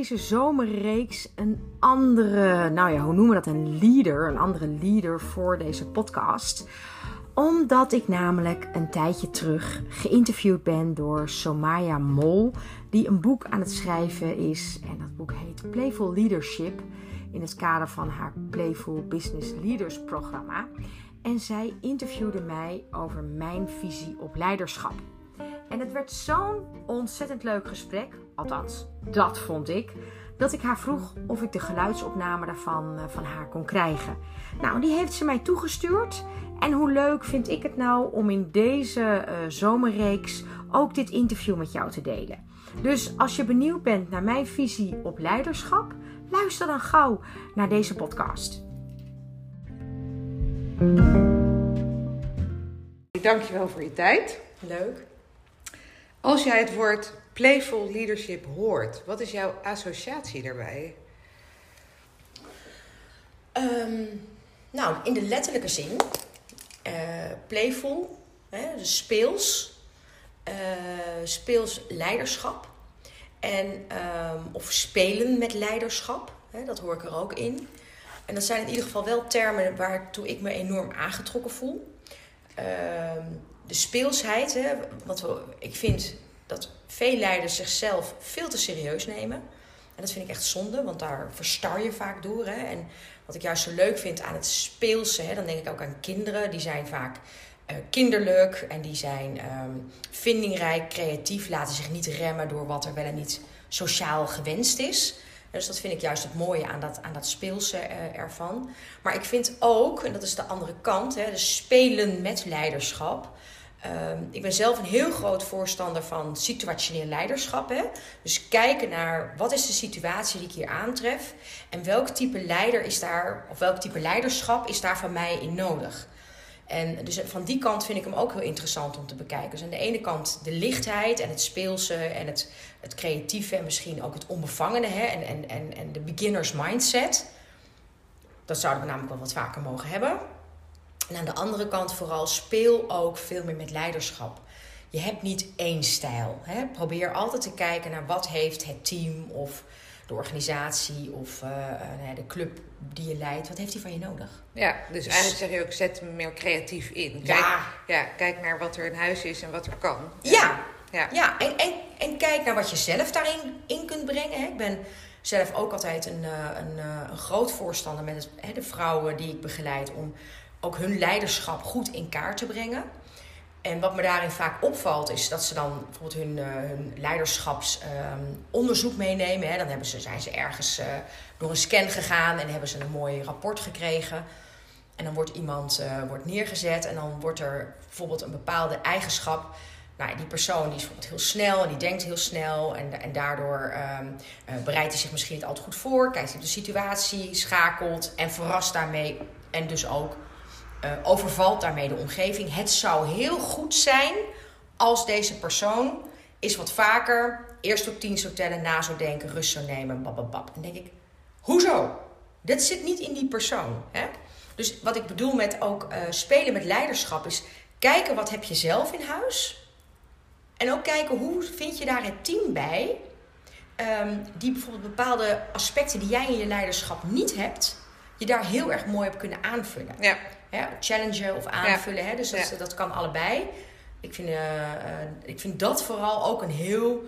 deze zomerreeks een andere, hoe noemen we dat, een andere leader voor deze podcast. Omdat ik namelijk een tijdje terug geïnterviewd ben door Somaya Mol, die een boek aan het schrijven is. En dat boek heet Playful Leadership, in het kader van haar Playful Business Leaders programma. En zij interviewde mij over mijn visie op leiderschap. En het werd zo'n ontzettend leuk gesprek, althans, dat vond ik, dat ik haar vroeg of ik de geluidsopname daarvan van haar kon krijgen. Nou, die heeft ze mij toegestuurd. En hoe leuk vind ik het nou om in deze zomerreeks ook dit interview met jou te delen. Dus als je benieuwd bent naar mijn visie op leiderschap, luister dan gauw naar deze podcast. Dankjewel voor je tijd. Leuk. Als jij het woord playful leadership hoort, wat is jouw associatie daarbij? In de letterlijke zin, playful, dus speels leiderschap. Of spelen met leiderschap, dat hoor ik er ook in. En dat zijn in ieder geval wel termen waartoe ik me enorm aangetrokken voel. De speelsheid, ik vind dat veel leiders zichzelf veel te serieus nemen. En dat vind ik echt zonde, want daar verstar je vaak door. Hè? En wat ik juist zo leuk vind aan het speelse, dan denk ik ook aan kinderen. Die zijn vaak kinderlijk en die zijn vindingrijk, creatief. Laten zich niet remmen door wat er wel en niet sociaal gewenst is. Dus dat vind ik juist het mooie aan dat speelse ervan. Maar ik vind ook, en dat is de andere kant, dus spelen met leiderschap. Ik ben zelf een heel groot voorstander van situationeel leiderschap. Dus kijken naar wat is de situatie die ik hier aantref. En welk type leider is daar, of welk type leiderschap is daar van mij in nodig. En dus van die kant vind ik hem ook heel interessant om te bekijken. Dus aan de ene kant de lichtheid en het speelse en het creatieve en misschien ook het onbevangene en de beginners mindset. Dat zouden we namelijk wel wat vaker mogen hebben. En aan de andere kant vooral speel ook veel meer met leiderschap. Je hebt niet één stijl. Probeer altijd te kijken naar wat heeft het team of de organisatie of de club die je leidt. Wat heeft die van je nodig? Ja, dus eigenlijk zeg je ook, zet hem meer creatief in. Kijk naar wat er in huis is en wat er kan. Ja. En kijk naar wat je zelf daarin in kunt brengen. Ik ben zelf ook altijd een groot voorstander met de vrouwen die ik begeleid om ook hun leiderschap goed in kaart te brengen. En wat me daarin vaak opvalt is dat ze dan bijvoorbeeld hun leiderschapsonderzoek meenemen. Dan zijn ze ergens door een scan gegaan en hebben ze een mooi rapport gekregen. En dan wordt iemand neergezet en dan wordt er bijvoorbeeld een bepaalde eigenschap. Nou, die persoon die is bijvoorbeeld heel snel en die denkt heel snel. En daardoor bereidt hij zich misschien niet altijd goed voor. Kijkt hij op de situatie, schakelt en verrast daarmee. En dus ook overvalt daarmee de omgeving. Het zou heel goed zijn als deze persoon eens wat vaker eerst tot 10 zou tellen, na zou denken, rust zou nemen, bababab. En dan denk ik, hoezo? Dat zit niet in die persoon. Hè? Dus wat ik bedoel met ook spelen met leiderschap is kijken wat heb je zelf in huis. En ook kijken hoe vind je daar het team bij. Die bijvoorbeeld bepaalde aspecten die jij in je leiderschap niet hebt, je daar heel erg mooi op kunnen aanvullen. Ja. Challengen of aanvullen. Ja. Dus dat kan allebei. Ik vind dat vooral ook een heel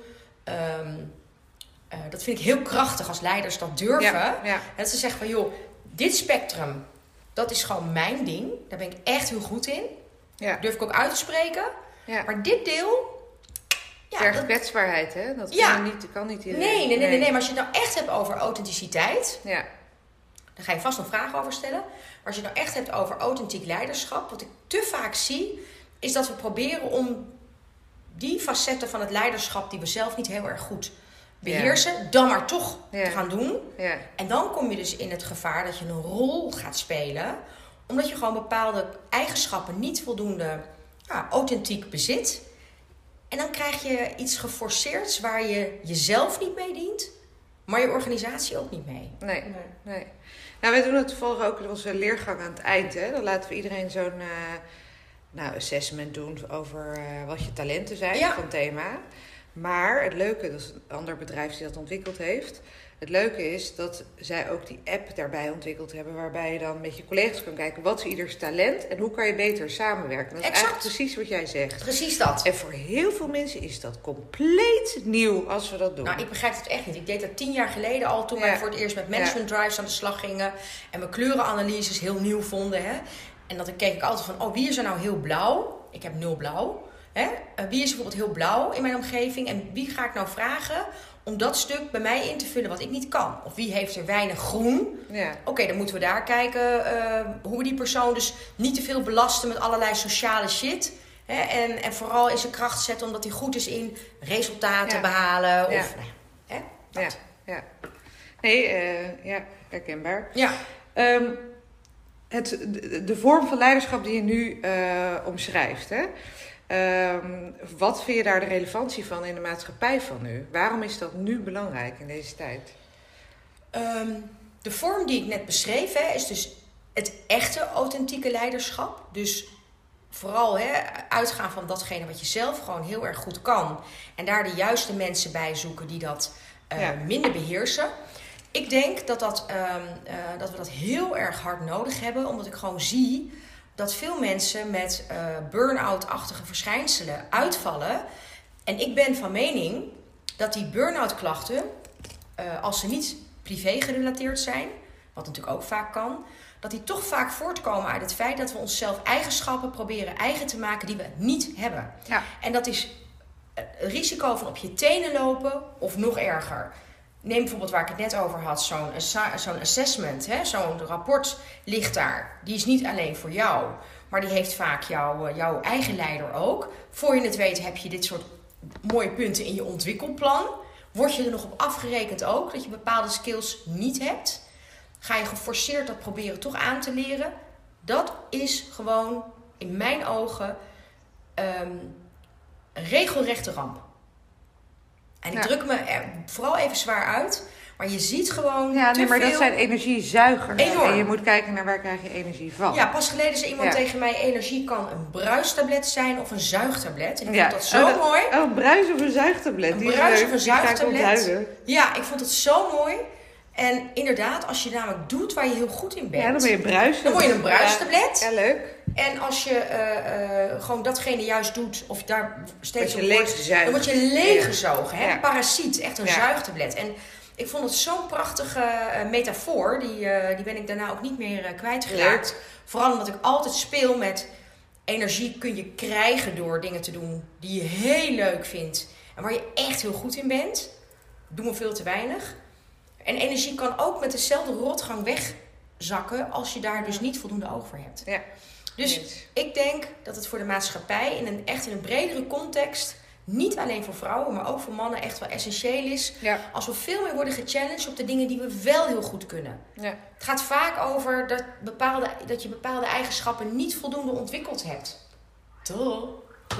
dat vind ik heel krachtig als leiders dat durven. Ja. En dat ze zeggen van joh, dit spectrum, dat is gewoon mijn ding. Daar ben ik echt heel goed in. Ja. Durf ik ook uit te spreken. Ja. Maar dit deel, erg kwetsbaarheid, hè? Dat kan niet iedereen. Nee. Maar als je het nou echt hebt over authenticiteit, daar ga je vast nog vragen over stellen. Maar als je het nou echt hebt over authentiek leiderschap, wat ik te vaak zie, is dat we proberen om die facetten van het leiderschap die we zelf niet heel erg goed beheersen, dan maar toch te gaan doen. Ja. En dan kom je dus in het gevaar dat je een rol gaat spelen, omdat je gewoon bepaalde eigenschappen niet voldoende authentiek bezit. En dan krijg je iets geforceerds waar je jezelf niet mee dient, maar je organisatie ook niet mee. Nee. Nou, wij doen het toevallig ook in onze leergang aan het eind. Hè? Dan laten we iedereen zo'n assessment doen over wat je talenten zijn van het thema. Maar het leuke, dat is een ander bedrijf die dat ontwikkeld heeft. Het leuke is dat zij ook die app daarbij ontwikkeld hebben, waarbij je dan met je collega's kan kijken wat is ieders talent en hoe kan je beter samenwerken. Dat is eigenlijk precies wat jij zegt. Precies dat. En voor heel veel mensen is dat compleet nieuw als we dat doen. Nou, ik begrijp het echt niet. Ik deed dat 10 jaar geleden al toen wij voor het eerst met management drives aan de slag gingen en we kleurenanalyses heel nieuw vonden. Hè? En dan keek ik altijd van, wie is er nou heel blauw? Ik heb 0 blauw. Hè? Wie is bijvoorbeeld heel blauw in mijn omgeving en wie ga ik nou vragen om dat stuk bij mij in te vullen wat ik niet kan? Of wie heeft er weinig groen? Ja. Oké, dan moeten we daar kijken hoe we die persoon dus niet te veel belasten met allerlei sociale shit. Hè? En vooral in zijn kracht zetten omdat hij goed is in resultaten behalen. Of, hè? Dat. Ja. Nee, herkenbaar. Ja. De vorm van leiderschap die je nu omschrijft, hè? Wat vind je daar de relevantie van in de maatschappij van nu? Waarom is dat nu belangrijk in deze tijd? De vorm die ik net beschreef is dus het echte authentieke leiderschap. Dus vooral uitgaan van datgene wat je zelf gewoon heel erg goed kan. En daar de juiste mensen bij zoeken die dat minder beheersen. Ik denk dat we dat heel erg hard nodig hebben. Omdat ik gewoon zie dat veel mensen met burn-out-achtige verschijnselen uitvallen. En ik ben van mening dat die burn-out klachten, als ze niet privé gerelateerd zijn, wat natuurlijk ook vaak kan, dat die toch vaak voortkomen uit het feit dat we onszelf eigenschappen proberen eigen te maken die we niet hebben. Ja. En dat is het risico van op je tenen lopen of nog erger. Neem bijvoorbeeld waar ik het net over had, zo'n assessment, zo'n rapport ligt daar. Die is niet alleen voor jou, maar die heeft vaak jouw eigen leider ook. Voor je het weet heb je dit soort mooie punten in je ontwikkelplan. Word je er nog op afgerekend ook, dat je bepaalde skills niet hebt? Ga je geforceerd dat proberen toch aan te leren? Dat is gewoon, in mijn ogen, een regelrechte ramp. En ik druk me er vooral even zwaar uit. Maar je ziet gewoon maar veel. dat zijn energiezuigers. Enorm. En je moet kijken naar waar krijg je energie van. Ja, pas geleden zei iemand tegen mij, energie kan een bruistablet zijn of een zuigtablet. En ik vond dat zo mooi. Een bruis of een zuigtablet. Een bruis of een zuigtablet. Ja, ik vond het zo mooi. En inderdaad, als je namelijk doet waar je heel goed in bent. Ja, dan ben je bruis. Dan word je een bruistablet. Ja, leuk. En als je gewoon datgene juist doet, of daar steeds op wordt, dan word je leeggezogen. Hè? Een parasiet, echt een zuigtablet. En ik vond het zo'n prachtige metafoor. Die ben ik daarna ook niet meer kwijtgeraakt. Vooral omdat ik altijd speel met energie kun je krijgen door dingen te doen die je heel leuk vindt. En waar je echt heel goed in bent. Doen we veel te weinig. En energie kan ook met dezelfde rotgang wegzakken als je daar dus niet voldoende oog voor hebt. Ja. Dus ik denk dat het voor de maatschappij in een bredere context, niet alleen voor vrouwen, maar ook voor mannen echt wel essentieel is. Ja. Als we veel meer worden gechallenged op de dingen die we wel heel goed kunnen. Ja. Het gaat vaak over dat je bepaalde eigenschappen niet voldoende ontwikkeld hebt. Toch?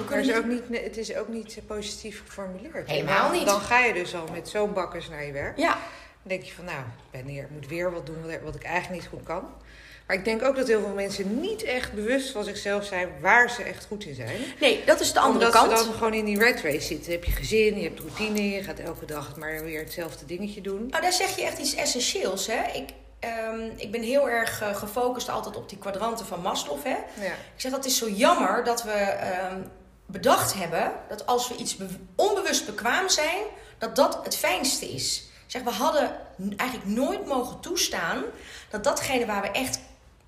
Het is ook niet positief geformuleerd. Helemaal niet. Dan ga je dus al met zo'n bakkers naar je werk. Ja. Dan denk je van, ik moet weer wat doen wat ik eigenlijk niet goed kan. Maar ik denk ook dat heel veel mensen niet echt bewust van zichzelf zijn waar ze echt goed in zijn. Nee, dat is de andere kant. Omdat ze dan gewoon in die rat race zitten. Heb je gezin, je hebt routine, je gaat elke dag maar weer hetzelfde dingetje doen. Nou, daar zeg je echt iets essentieels, hè. Ik ben heel erg gefocust altijd op die kwadranten van Maslow, hè. Ja. Ik zeg, dat is zo jammer dat we bedacht hebben dat als we iets onbewust bekwaam zijn, dat het fijnste is. Ik zeg, we hadden eigenlijk nooit mogen toestaan dat datgene waar we echt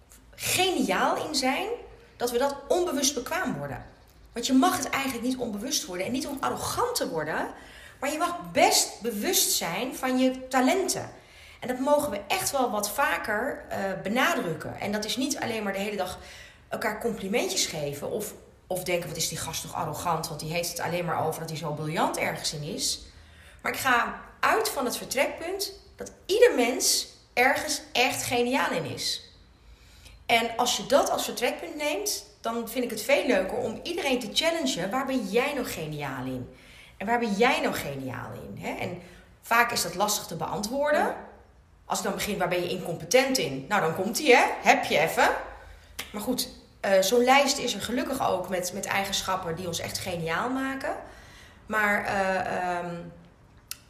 geniaal in zijn, dat we dat onbewust bekwaam worden. Want je mag het eigenlijk niet onbewust worden. En niet om arrogant te worden, maar je mag best bewust zijn van je talenten. En dat mogen we echt wel wat vaker benadrukken. En dat is niet alleen maar de hele dag elkaar complimentjes geven of denken, wat is die gast toch arrogant, want die heeft het alleen maar over dat hij zo briljant ergens in is. Maar ik ga uit van het vertrekpunt dat ieder mens ergens echt geniaal in is. En als je dat als vertrekpunt neemt, dan vind ik het veel leuker om iedereen te challengen. Waar ben jij nou geniaal in? En waar ben jij nou geniaal in? Hè? En vaak is dat lastig te beantwoorden. Ja. Als ik dan begin, waar ben je incompetent in? Nou, dan komt die, hè? Heb je even. Maar goed, zo'n lijst is er gelukkig ook met eigenschappen die ons echt geniaal maken. Maar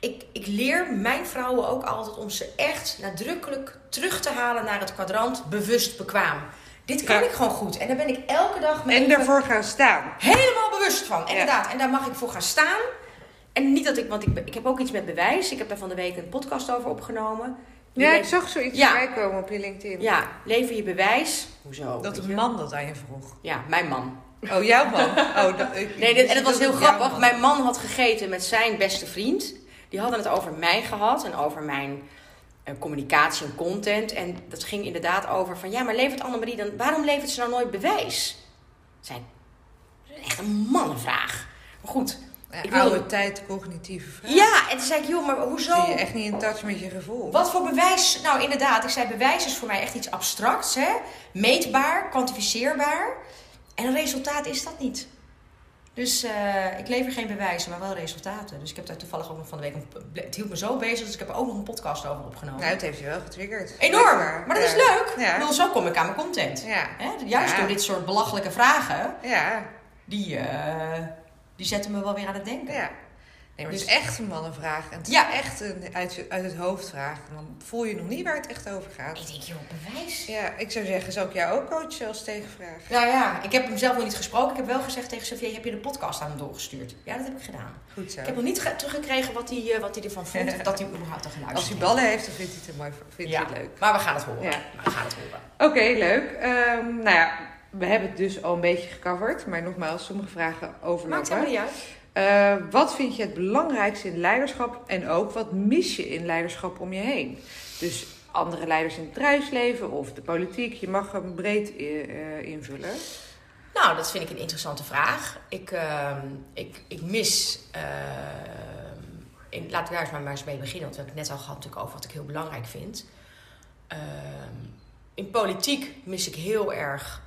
ik leer mijn vrouwen ook altijd om ze echt nadrukkelijk terug te halen naar het kwadrant bewust bekwaam. Dit kan ik gewoon goed. En daar ben ik elke dag mee. En daarvoor gaan staan. Helemaal bewust van, inderdaad. En daar mag ik voor gaan staan. En niet dat want ik heb ook iets met bewijs. Ik heb daar van de week een podcast over opgenomen. Ik zag zoiets erbij komen op je LinkedIn. Ja, lever je bewijs. Hoezo? Dat een man dat aan je vroeg. Ja, mijn man. Oh, jouw man? En dat was heel grappig. Mijn man had gegeten met zijn beste vriend. Die hadden het over mij gehad en over mijn communicatie en content. En dat ging inderdaad over van... Ja, maar levert Annemarie dan... Waarom levert ze nou nooit bewijs? Dat is echt een mannenvraag. Maar goed... Oude tijd, cognitieve vraag. Ja, en toen zei ik, joh, maar hoezo? Zie je echt niet in touch met je gevoel? Wat voor bewijs? Nou, inderdaad. Ik zei, bewijs is voor mij echt iets abstracts. Hè? Meetbaar, kwantificeerbaar. En een resultaat is dat niet. Dus ik lever geen bewijzen, maar wel resultaten. Dus ik heb daar toevallig ook nog van de week... Het hield me zo bezig, dus ik heb er ook nog een podcast over opgenomen. Nou, het heeft je wel getriggerd. Enorm! Maar dat is leuk. Ja. Ik bedoel, zo kom ik aan mijn content. Ja. Hè? Juist door dit soort belachelijke vragen... Ja. Die zetten me wel weer aan het denken. Ja. Nee, maar het is echt een mannenvraag. En het is echt een uit het hoofd vraag. Dan voel je nog niet waar het echt over gaat. Ik denk, joh, bewijs. Ja, ik zou zeggen, zou ik jou ook coachen als tegenvraag? Nou ja, ik heb hem zelf nog niet gesproken. Ik heb wel gezegd tegen Sofie, heb je de podcast aan hem doorgestuurd? Ja, dat heb ik gedaan. Goed zo. Ik heb nog niet teruggekregen wat hij ervan vond. Dat hij überhaupt aan geluisterd Als hij ballen heeft, dan vindt hij het mooi. Vindt hij het leuk. Maar we gaan het horen. Ja. Oké, leuk. Nou ja, we hebben het dus al een beetje gecoverd. Maar nogmaals, sommige vragen overlopen. Maakt helemaal niet uit. Wat vind je het belangrijkste in leiderschap? En ook, wat mis je in leiderschap om je heen? Dus andere leiders in het bedrijfsleven of de politiek. Je mag hem breed invullen. Nou, dat vind ik een interessante vraag. Ik mis... laten we daar maar eens mee beginnen. Want we hebben het net al gehad natuurlijk over wat ik heel belangrijk vind. In politiek mis ik heel erg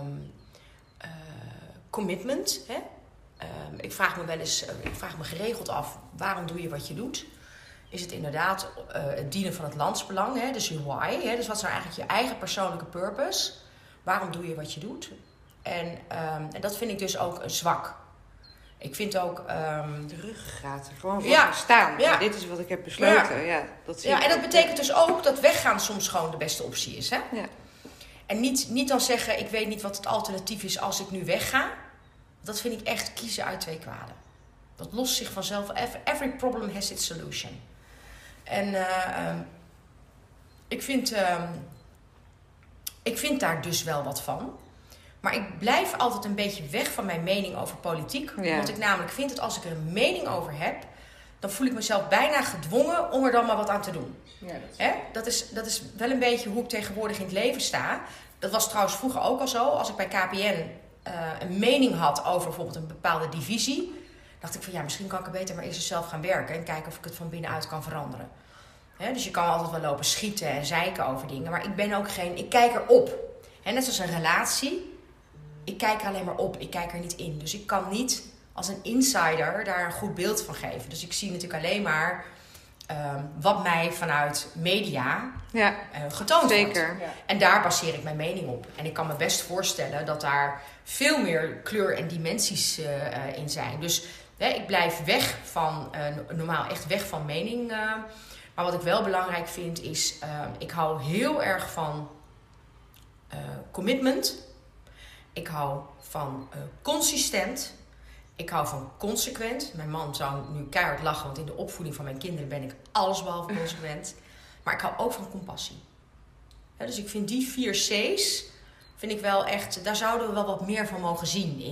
commitment. Hè? Ik vraag me geregeld af, waarom doe je wat je doet? Is het inderdaad het dienen van het landsbelang? Hè? Dus je why. Hè? Dus wat is nou eigenlijk je eigen persoonlijke purpose? Waarom doe je wat je doet? En dat vind ik dus ook zwak. Ik vind ook... de ruggengraat. Gewoon voor staan. Ja. Dit is wat ik heb besloten. Ja, en dat betekent dus ook dat weggaan soms gewoon de beste optie is. Hè? Ja. En niet dan zeggen, ik weet niet wat het alternatief is als ik nu wegga. Dat vind ik echt kiezen uit twee kwaden. Dat lost zich vanzelf. Every problem has its solution. En ik vind daar dus wel wat van. Maar ik blijf altijd een beetje weg van mijn mening over politiek. Ja. Want ik namelijk vind dat als ik er een mening over heb... dan voel ik mezelf bijna gedwongen om er dan maar wat aan te doen. Ja, dat is wel een beetje hoe ik tegenwoordig in het leven sta. Dat was trouwens vroeger ook al zo. Als ik bij KPN een mening had over bijvoorbeeld een bepaalde divisie... dacht ik van ja, misschien kan ik er beter maar eerst eens zelf gaan werken... en kijken of ik het van binnenuit kan veranderen. Dus je kan altijd wel lopen schieten en zeiken over dingen... maar ik kijk erop. Net zoals een relatie... Ik kijk er alleen maar op, ik kijk er niet in. Dus ik kan niet als een insider daar een goed beeld van geven. Dus ik zie natuurlijk alleen maar wat mij vanuit media getoond wordt. Ja. En daar baseer ik mijn mening op. En ik kan me best voorstellen dat daar veel meer kleur en dimensies in zijn. Dus ik blijf weg van, normaal echt weg van mening. Maar wat ik wel belangrijk vind is, ik hou heel erg van commitment... Ik hou van consistent. Ik hou van consequent. Mijn man zou nu keihard lachen, want in de opvoeding van mijn kinderen ben ik allesbehalve consequent. Maar ik hou ook van compassie. Dus ik vind die 4 C's, vind ik wel echt, daar zouden we wel wat meer van mogen zien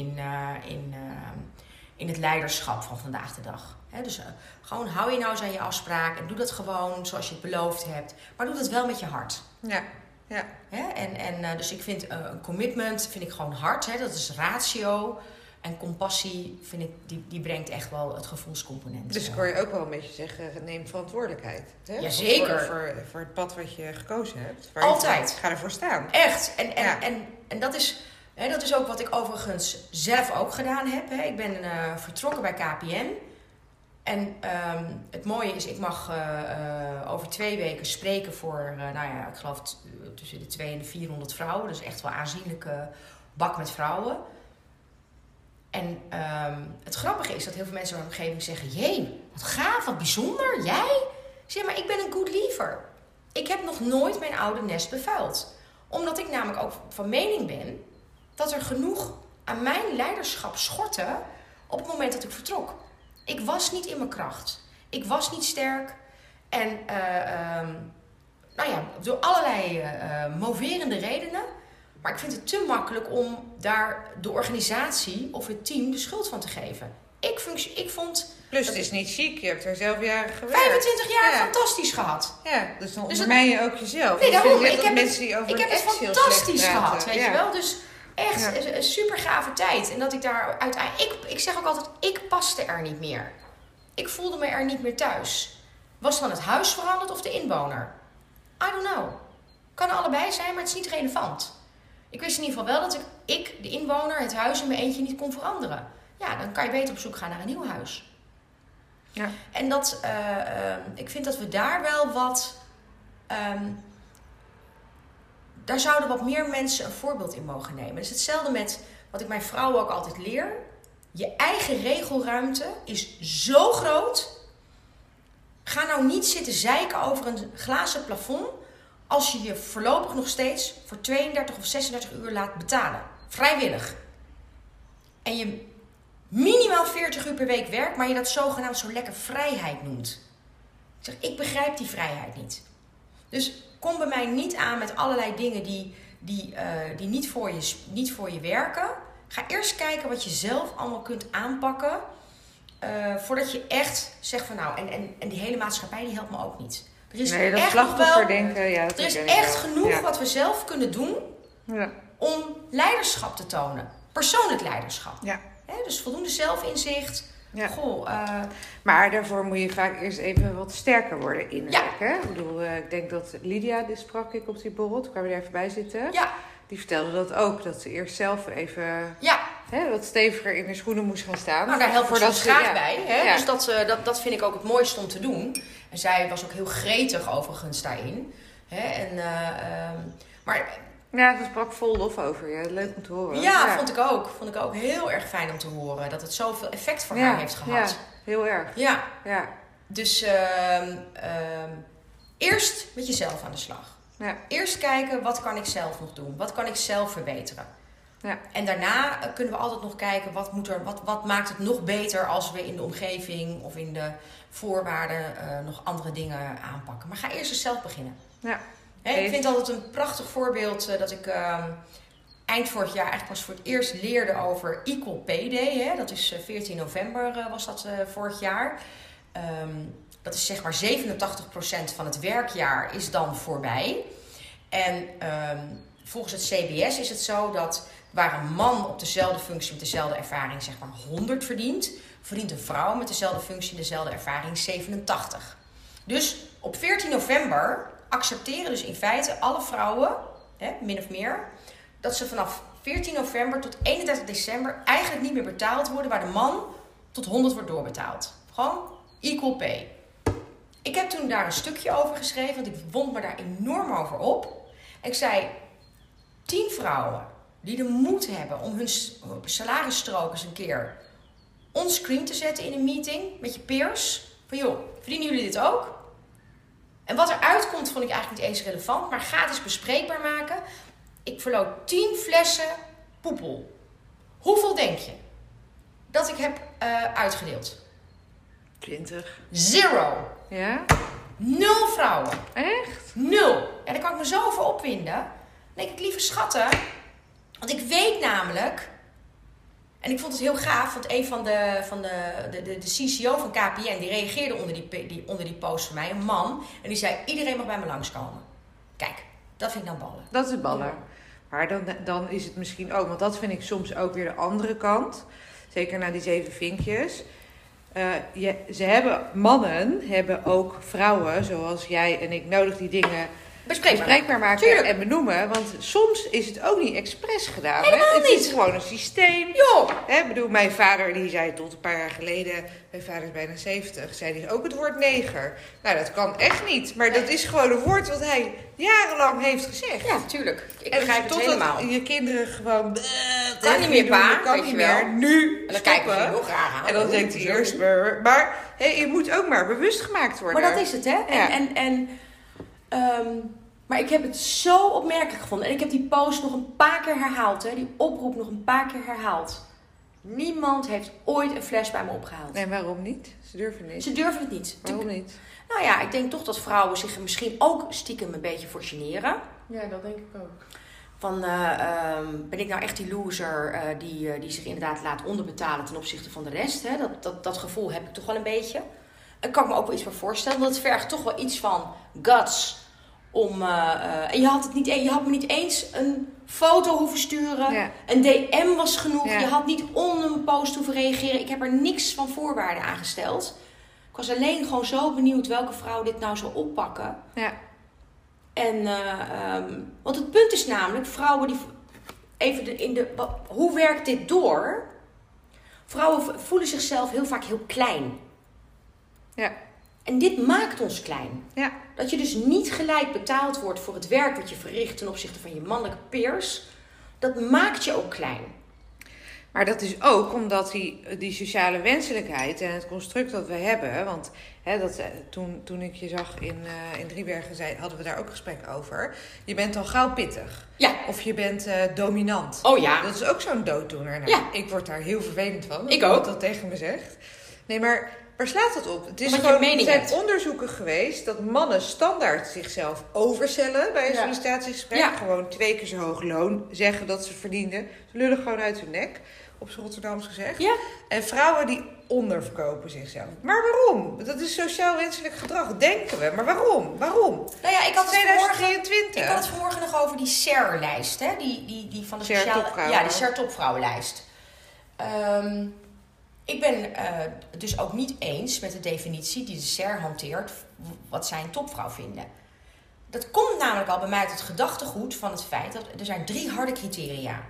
in het leiderschap van vandaag de dag. Dus gewoon hou je nou eens aan je afspraak en doe dat gewoon zoals je het beloofd hebt. Maar doe dat wel met je hart. Ja. Ja. Dus ik vind een commitment vind ik gewoon hard. Dat is ratio. En compassie vind ik, die brengt echt wel het gevoelscomponent. Dus kon je ook wel een beetje zeggen, neem verantwoordelijkheid. Hè? Jazeker. Voor het pad wat je gekozen hebt. Altijd. Ga ervoor staan. Echt. En dat is ook wat ik overigens zelf ook gedaan heb. Ik ben vertrokken bij KPN. En het mooie is, ik mag over 2 weken spreken voor, ik geloof tussen de 200 en de 400 vrouwen. Dus echt wel een aanzienlijke bak met vrouwen. En het grappige is dat heel veel mensen in mijn omgeving zeggen... Jee, wat gaaf, wat bijzonder, jij? Ik zeg, maar ik ben een good leaver. Ik heb nog nooit mijn oude nest bevuild. Omdat ik namelijk ook van mening ben... dat er genoeg aan mijn leiderschap schortte... op het moment dat ik vertrok. Ik was niet in mijn kracht. Ik was niet sterk. En door allerlei moverende redenen... Maar ik vind het te makkelijk om daar de organisatie of het team de schuld van te geven. Ik vond... Plus het is niet chic, je hebt er zelf jaren gewerkt. 25 jaar fantastisch gehad. Ja, dus dan ondermijn je ook jezelf. Nee, daarom. Ik heb het fantastisch gehad, weet je wel. Dus echt een super gave tijd. En dat ik daar uiteindelijk... Ik zeg ook altijd, ik paste er niet meer. Ik voelde me er niet meer thuis. Was dan het huis veranderd of de inwoner? I don't know. Kan allebei zijn, maar het is niet relevant. Ik wist in ieder geval wel dat ik, de inwoner, het huis in mijn eentje niet kon veranderen. Ja, dan kan je beter op zoek gaan naar een nieuw huis. Ja. En ik vind dat we daar wel wat... daar zouden wat meer mensen een voorbeeld in mogen nemen. Het is hetzelfde met wat ik mijn vrouwen ook altijd leer. Je eigen regelruimte is zo groot. Ga nou niet zitten zeiken over een glazen plafond... als je je voorlopig nog steeds voor 32 of 36 uur laat betalen. Vrijwillig. En je minimaal 40 uur per week werkt, maar je dat zogenaamd zo lekker vrijheid noemt. Ik zeg, ik begrijp die vrijheid niet. Dus kom bij mij niet aan met allerlei dingen die niet voor je werken. Ga eerst kijken wat je zelf allemaal kunt aanpakken. Voordat je echt zegt van nou, en die hele maatschappij die helpt me ook niet. Er is nee, dat echt slachtofferdenken, er is echt genoeg wat we zelf kunnen doen om leiderschap te tonen. Persoonlijk leiderschap. Ja. Dus voldoende zelfinzicht. Ja. Maar daarvoor moet je vaak eerst even wat sterker worden innerlijk. Ja. Hè? Ik bedoel, ik denk dat Lydia, die sprak ik op die borrel, toen kwamen we er even bij zitten. Ja. Die vertelde dat ook, dat ze eerst zelf even Ja. Wat steviger in de schoenen moest gaan staan. Nou, daar helpen ze graag bij. Hè? Ja. Dus dat vind ik ook het mooiste om te doen. En zij was ook heel gretig overigens daarin. Hè? Maar... Ja, ze sprak vol lof over je. Leuk om te horen. Ja, vond ik ook. Vond ik ook heel erg fijn om te horen. Dat het zoveel effect voor haar heeft gehad. Ja, heel erg. Ja. Ja. Dus eerst met jezelf aan de slag. Ja. Eerst kijken, wat kan ik zelf nog doen? Wat kan ik zelf verbeteren? Ja. En daarna kunnen we altijd nog kijken, wat maakt het nog beter als we in de omgeving of in de voorwaarden nog andere dingen aanpakken. Maar ga eerst eens zelf beginnen. Ja. Ik vind altijd een prachtig voorbeeld dat ik eind vorig jaar eigenlijk pas voor het eerst leerde over Equal Pay Day. Hè? Dat is 14 november was dat vorig jaar. Dat is zeg maar 87% van het werkjaar is dan voorbij. En volgens het CBS is het zo dat waar een man op dezelfde functie met dezelfde ervaring zeg maar 100 verdient een vrouw met dezelfde functie en dezelfde ervaring 87. Dus op 14 november accepteren dus in feite alle vrouwen, min of meer, dat ze vanaf 14 november tot 31 december eigenlijk niet meer betaald worden waar de man tot 100 wordt doorbetaald. Gewoon equal pay. Ik heb toen daar een stukje over geschreven, want ik wond me daar enorm over op. En ik zei, 10 vrouwen die de moed hebben om hun salarisstrook eens een keer onscreen te zetten in een meeting met je peers. Van joh, verdienen jullie dit ook? En wat eruit komt vond ik eigenlijk niet eens relevant, maar ga het eens bespreekbaar maken. Ik verloot 10 flessen poepel. Hoeveel denk je dat ik heb uitgedeeld? 20. 0. Ja? 0 vrouwen. Echt? 0. En daar kan ik me zo over opwinden. Dan denk ik, lieve schatten. Want ik weet namelijk... En ik vond het heel gaaf, want een van de CCO van KPN... die reageerde onder die post van mij, een man. En die zei, iedereen mag bij me langskomen. Kijk, dat vind ik dan ballen. Dat is ballen. Maar dan is het misschien ook... Want dat vind ik soms ook weer de andere kant. Zeker na die 7 vinkjes... mannen hebben ook vrouwen zoals jij en ik nodig die dingen bespreekbaar maken Tuurlijk. en benoemen. Want soms is het ook niet expres gedaan. Helemaal Het niet. is gewoon een systeem. Joh. Hè, ik bedoel, mijn vader die zei tot een paar jaar geleden, mijn vader is bijna 70, zei hij ook het woord neger. Nou, dat kan echt niet. Maar dat is gewoon een woord wat hij jarenlang heeft gezegd. Ja, tuurlijk. Ik En begrijp het totdat helemaal. je kinderen gewoon... Kan niet meer, pa, kan weet niet je wel. meer. Nu En dan kijken ze stoppen. heel graag aan. En dan denkt hij eerst... Maar je moet ook maar bewust gemaakt worden. Maar dat is het, hè? Ja. Maar ik heb het zo opmerkelijk gevonden. En ik heb die post nog een paar keer herhaald, hè? Die oproep nog een paar keer herhaald. Niemand heeft ooit een fles bij me opgehaald. Nee, waarom niet? Ze durven niet. Ze durven het niet. Waarom niet? Nou ja, ik denk toch dat vrouwen zich er misschien ook stiekem een beetje voor generen. Ja, dat denk ik ook. Van, ben ik nou echt die loser die zich inderdaad laat onderbetalen ten opzichte van de rest? Hè? Dat gevoel heb ik toch wel een beetje. Ik kan me ook wel iets voor voorstellen. Want het vergt toch wel iets van guts. En je had me niet eens een foto hoeven sturen. Ja. Een DM was genoeg. Ja. Je had niet onder mijn post hoeven reageren. Ik heb er niks van voorwaarden aangesteld. Ik was alleen gewoon zo benieuwd welke vrouw dit nou zou oppakken. Ja. Want het punt is namelijk, vrouwen die hoe werkt dit door? Vrouwen voelen zichzelf heel vaak heel klein. Ja. En dit maakt ons klein. Ja. Dat je dus niet gelijk betaald wordt voor het werk wat je verricht ten opzichte van je mannelijke peers. Dat maakt je ook klein. Maar dat is ook omdat die sociale wenselijkheid en het construct dat we hebben. Want toen ik je zag in Driebergen, hadden we daar ook een gesprek over. Je bent al gauw pittig. Ja. Of je bent dominant. Oh ja. Dat is ook zo'n dooddoener. Nou, Ja. Ik word daar heel vervelend van. Ik ook. Wat dat tegen me zegt. Nee, maar waar slaat dat op? Het is Omdat je gewoon, mening er zijn hebt. onderzoeken geweest dat mannen standaard zichzelf overcellen bij een sollicitatiegesprek. Ja. Gewoon 2 keer zo hoog loon zeggen dat ze verdienden. Ze lullen gewoon uit hun nek, op z'n Rotterdams gezegd. Ja. En vrouwen die onderverkopen zichzelf. Maar waarom? Dat is sociaal wenselijk gedrag, denken we. Maar waarom? Waarom? Nou ja, ik had het vanmorgen, 2023. ik had het vanmorgen nog over die SER-lijst. Hè? Die van de SER sociale... topvrouwen. Ja, die SER-topvrouwenlijst. Ik ben dus ook niet eens met de definitie die de SER hanteert, wat zij een topvrouw vinden. Dat komt namelijk al bij mij uit het gedachtegoed van het feit dat er zijn 3 harde criteria.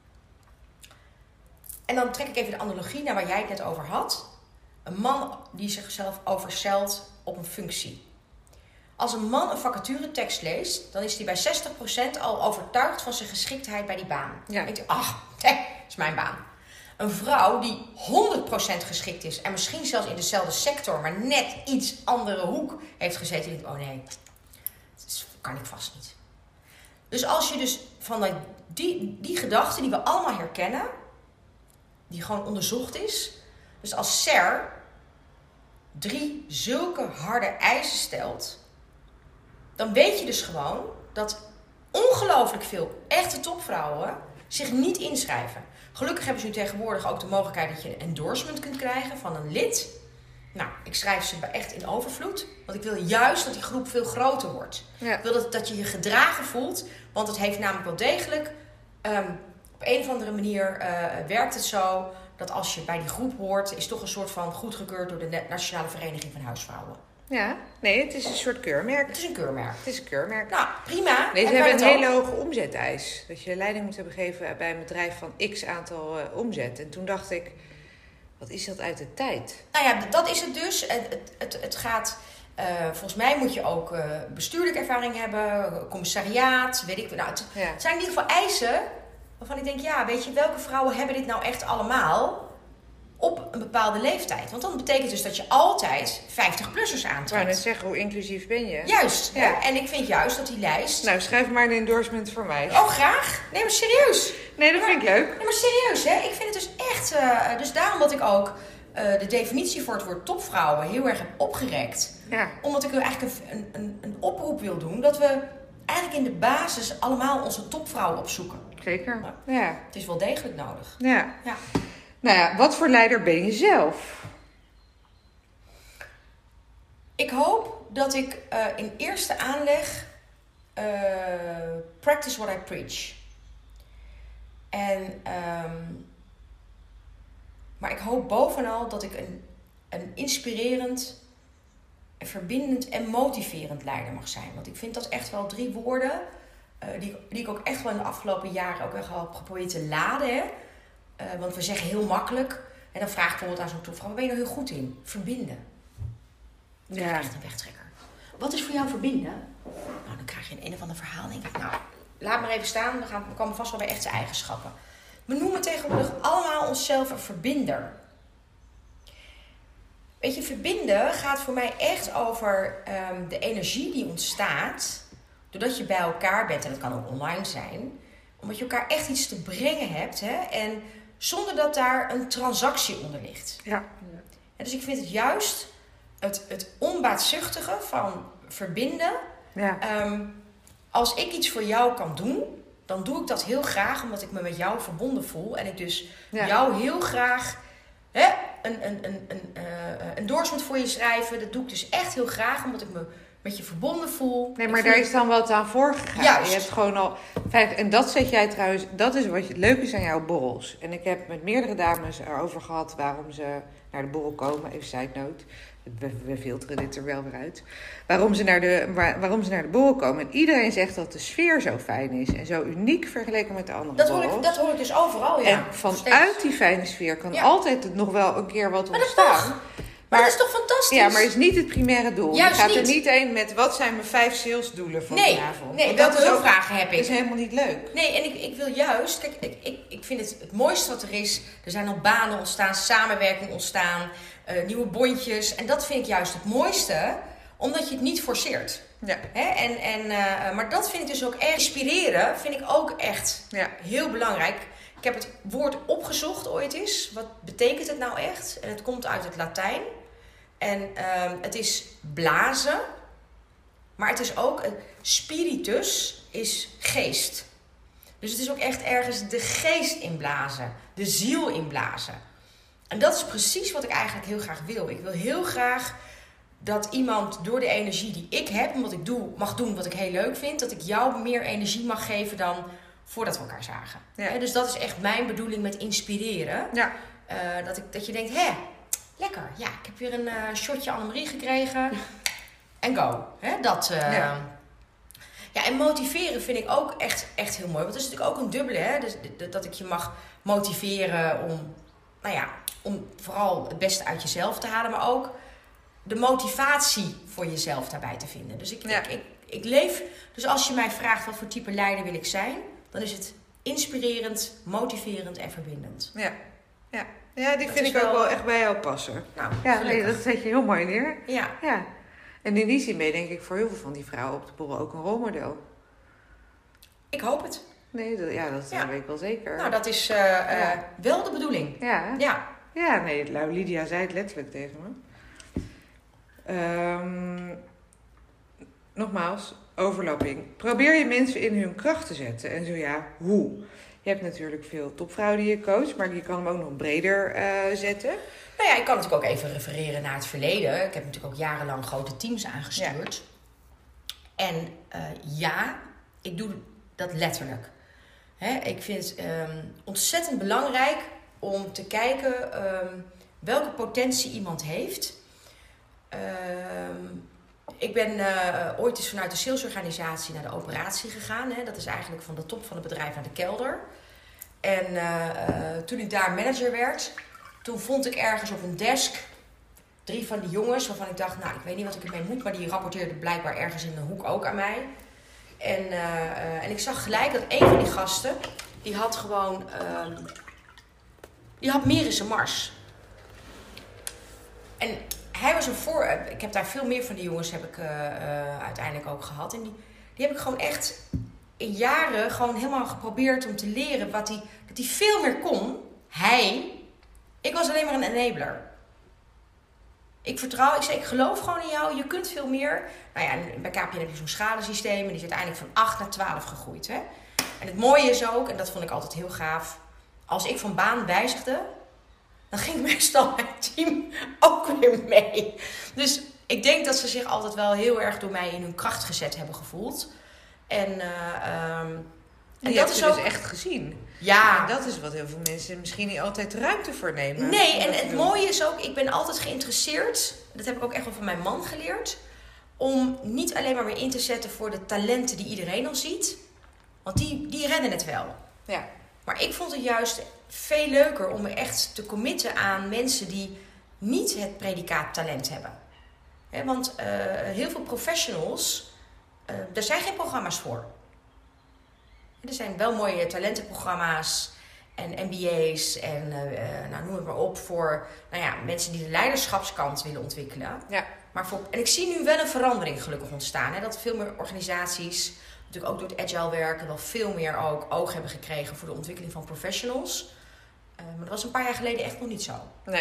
En dan trek ik even de analogie naar waar jij het net over had. Een man die zichzelf overstelt op een functie. Als een man een vacaturetekst leest, dan is hij bij 60% al overtuigd van zijn geschiktheid bij die baan. Ja. Dan denkt hij, dat is mijn baan. Een vrouw die 100% geschikt is en misschien zelfs in dezelfde sector, maar net iets andere hoek heeft gezeten, denkt, oh nee, dat kan ik vast niet. Dus als je dus van die gedachte die we allemaal herkennen, die gewoon onderzocht is, dus als SER 3 zulke harde eisen stelt, dan weet je dus gewoon dat ongelooflijk veel echte topvrouwen zich niet inschrijven. Gelukkig hebben ze nu tegenwoordig ook de mogelijkheid dat je een endorsement kunt krijgen van een lid. Nou, ik schrijf ze echt in overvloed. Want ik wil juist dat die groep veel groter wordt. Ja. Ik wil dat je je gedragen voelt. Want het heeft namelijk wel degelijk... op een of andere manier werkt het zo dat als je bij die groep hoort, is toch een soort van goedgekeurd door de Nationale Vereniging van Huisvrouwen. Ja, nee, het is een soort keurmerk. Het is een keurmerk. Het is een keurmerk. Nou, prima. Nee, ze En hebben wij een dat hele ook. hoge omzeteis. Dat je leiding moet hebben gegeven bij een bedrijf van x aantal omzet. En toen dacht ik, wat is dat uit de tijd? Nou ja, dat is het dus. Het gaat... volgens mij moet je ook bestuurlijke ervaring hebben, commissariaat, weet ik. Nou, het zijn in ieder geval eisen waarvan ik denk, ja, weet je, welke vrouwen hebben dit nou echt allemaal op een bepaalde leeftijd? Want dan betekent dus dat je altijd 50-plussers Ik wou net aantrekt. zeggen, hoe inclusief ben je? Juist. Ja. Hè? En ik vind juist dat die lijst... Nou, schrijf maar een endorsement voor mij. Oh, graag. Nee, maar serieus. Nee, dat vind ik leuk. Nee, maar serieus, hè. Ik vind het dus echt... dus daarom dat ik ook de definitie voor het woord topvrouwen heel erg heb opgerekt. Ja. Omdat ik eigenlijk een oproep wil doen dat we eigenlijk in de basis allemaal onze topvrouwen opzoeken. Zeker. Ja. Het is wel degelijk nodig. Ja. Ja. Nou ja, wat voor leider ben je zelf? Ik hoop dat ik in eerste aanleg practice what I preach. En, maar ik hoop bovenal dat ik een inspirerend verbindend en motiverend leider mag zijn. Want ik vind dat echt wel 3 woorden die ik ook echt wel in de afgelopen jaren ook echt wel heb geprobeerd te laden. Hè? Want we zeggen heel makkelijk, en dan vraag ik bijvoorbeeld aan zo'n toevrouw, waar ben je nou heel goed in? Verbinden. Dat is echt een wegtrekker. Wat is voor jou verbinden? Nou, dan krijg je een of ander verhaal. Denk ik, nou, laat maar even staan. We komen vast wel bij echte eigenschappen. We noemen tegenwoordig allemaal onszelf een verbinder. Weet je, verbinden gaat voor mij echt over de energie die ontstaat doordat je bij elkaar bent. En dat kan ook online zijn. Omdat je elkaar echt iets te brengen hebt. Hè? En zonder dat daar een transactie onder ligt. Ja. En dus ik vind het juist het onbaatzuchtige van verbinden. Ja. Als ik iets voor jou kan doen, dan doe ik dat heel graag. Omdat ik me met jou verbonden voel. En ik dus jou heel graag een endorsement voor je schrijven. Dat doe ik dus echt heel graag. Omdat ik me met je verbonden voel. Nee, maar daar is dan wat aan voorgegaan. Juist. Je hebt gewoon al... En dat zet jij trouwens... Dat is wat leuk is aan jouw borrels. En ik heb met meerdere dames erover gehad waarom ze naar de borrel komen. Even side note. We filteren dit er wel weer uit. Waarom ze naar de borrel komen. En iedereen zegt dat de sfeer zo fijn is. En zo uniek vergeleken met de andere borrels. Dat hoor ik dus overal, ja. En vanuit die fijne sfeer kan altijd nog wel een keer wat ontstaan. Maar dat is toch fantastisch? Ja, maar het is niet het primaire doel. Juist je gaat niet. er niet heen met wat zijn mijn 5 salesdoelen van vanavond. Nee, dat welke hulpvragen heb ik? Dat is helemaal niet leuk. Nee, en ik wil juist... Kijk, ik vind het mooiste wat er is. Er zijn al banen ontstaan, samenwerking ontstaan, nieuwe bondjes. En dat vind ik juist het mooiste, omdat je het niet forceert. Ja. Hè? Maar dat vind ik dus ook echt... Inspireren vind ik ook echt heel belangrijk. Ik heb het woord opgezocht ooit eens. Wat betekent het nou echt? En het komt uit het Latijn. En het is blazen. Maar het is ook... Spiritus is geest. Dus het is ook echt ergens de geest inblazen. De ziel inblazen. En dat is precies wat ik eigenlijk heel graag wil. Ik wil heel graag dat iemand door de energie die ik heb... Omdat ik mag doen wat ik heel leuk vind... Dat ik jou meer energie mag geven dan... voordat we elkaar zagen. Ja. Dus dat is echt mijn bedoeling met inspireren. Ja. Dat je denkt, lekker. Ja, ik heb weer een shotje Annemarie gekregen. En go. Ja, en motiveren vind ik ook echt heel mooi. Want dat is natuurlijk ook een dubbele. Hè? Dus dat ik je mag motiveren om vooral het beste uit jezelf te halen. Maar ook de motivatie voor jezelf daarbij te vinden. Dus ik leef... Dus als je mij vraagt wat voor type leider wil ik zijn... Dan is het inspirerend, motiverend en verbindend. Ja, die vind ik ook wel echt bij jou passen. Nou, dat zet je heel mooi neer. Ja. En in die zin ben je denk ik voor heel veel van die vrouwen op de borrel ook een rolmodel. Ik hoop het. Nee, dat weet ik wel zeker. Nou, dat is wel de bedoeling. Ja, Lydia zei het letterlijk tegen me. Nogmaals, overlapping. Probeer je mensen in hun kracht te zetten. En zo ja, hoe? Je hebt natuurlijk veel topvrouwen die je coacht, maar je kan hem ook nog breder zetten. Nou ja, ik kan natuurlijk ook even refereren naar het verleden. Ik heb natuurlijk ook jarenlang grote teams aangestuurd. Ja. En ik doe dat letterlijk. Ik vind het ontzettend belangrijk om te kijken welke potentie iemand heeft. Ik ben ooit eens vanuit de salesorganisatie naar de operatie gegaan. Dat is eigenlijk van de top van het bedrijf naar de kelder. En toen ik daar manager werd, toen vond ik ergens op een desk 3 van die jongens waarvan ik dacht, ik weet niet wat ik ermee moet, maar die rapporteerden blijkbaar ergens in de hoek ook aan mij. En ik zag gelijk dat een van die gasten, die had gewoon, die had meer in zijn mars. En hij was ik heb daar veel meer van die jongens uiteindelijk ook gehad. En die heb ik gewoon echt in jaren gewoon helemaal geprobeerd om te leren dat hij veel meer kon. Ik was alleen maar een enabler. Ik geloof gewoon in jou, je kunt veel meer. Nou ja, bij KPN heb je zo'n schalensysteem en die is uiteindelijk van 8 naar 12 gegroeid. Hè? En het mooie is ook, en dat vond ik altijd heel gaaf, als ik van baan wijzigde, dan ging meestal mijn team ook weer mee. Dus ik denk dat ze zich altijd wel heel erg door mij in hun kracht gezet hebben gevoeld. En dat is ook dus echt gezien. Ja. En dat is wat heel veel mensen misschien niet altijd ruimte voor nemen. Nee, en het mooie is ook, ik ben altijd geïnteresseerd, dat heb ik ook echt wel van mijn man geleerd, om niet alleen maar weer in te zetten voor de talenten die iedereen al ziet. Want die redden het wel. Ja. Maar ik vond het juist veel leuker om me echt te committen aan mensen die niet het predicaat talent hebben. Want heel veel professionals, daar zijn geen programma's voor. Er zijn wel mooie talentenprogramma's en MBA's en noem het maar op voor mensen die de leiderschapskant willen ontwikkelen. Ja. En ik zie nu wel een verandering gelukkig ontstaan. Dat veel meer organisaties, natuurlijk ook door het agile werken, wel veel meer ook oog hebben gekregen voor de ontwikkeling van professionals. Maar dat was een paar jaar geleden echt nog niet zo. Nee.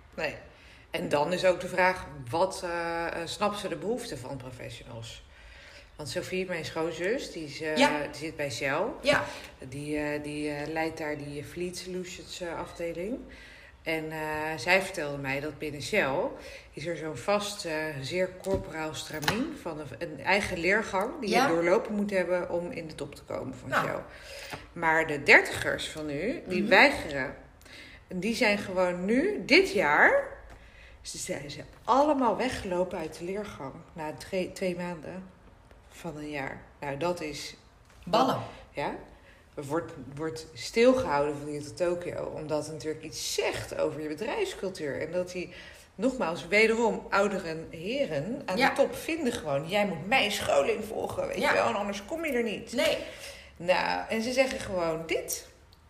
En dan is ook de vraag, wat snappen ze de behoeften van professionals? Want Sophie, mijn schoonzus, die zit bij Shell. Ja. Die leidt daar die Fleet Solutions afdeling. En zij vertelde mij dat binnen Shell is er zo'n vast, zeer corporaal stramien van een eigen leergang die je doorlopen moet hebben om in de top te komen van Shell. Maar de 30ers van nu, die weigeren. En die zijn gewoon nu, dit jaar, zijn ze allemaal weggelopen uit de leergang na 2 maanden van een jaar. Nou, dat is ballen. Ja. Wordt stilgehouden van hier tot Tokio. Omdat het natuurlijk iets zegt over je bedrijfscultuur. En dat die, nogmaals, wederom oudere heren aan de top vinden gewoon. Jij moet mijn scholing volgen, weet je wel. En anders kom je er niet. Nee. Nou, en ze zeggen gewoon dit.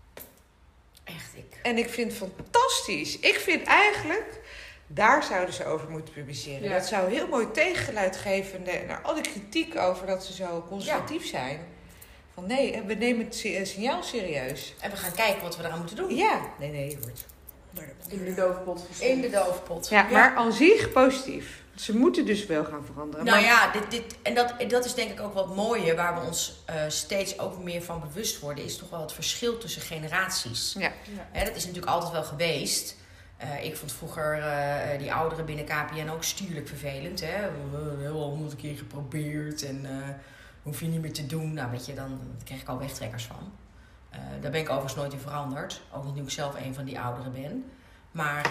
Echt, En ik vind het fantastisch. Ik vind eigenlijk, daar zouden ze over moeten publiceren. Ja. Dat zou heel mooi tegengeluid geven naar al die kritiek over dat ze zo conservatief zijn. Van nee, we nemen het signaal serieus. En we gaan kijken wat we eraan moeten doen. Ja. Nee, wordt in de doofpot. In de doofpot. Ja, maar aan zich positief. Ze moeten dus wel gaan veranderen. Nou ja, dat is denk ik ook wat mooie, waar we ons steeds ook meer van bewust worden, is toch wel het verschil tussen generaties. Ja. Dat is natuurlijk altijd wel geweest. Ik vond vroeger die ouderen binnen KPN ook stuurlijk vervelend. Heel 100 keer geprobeerd en hoef je niet meer te doen. Nou weet je, dan kreeg ik al wegtrekkers van. Daar ben ik overigens nooit in veranderd. Ook niet nu ik zelf een van die ouderen ben. Maar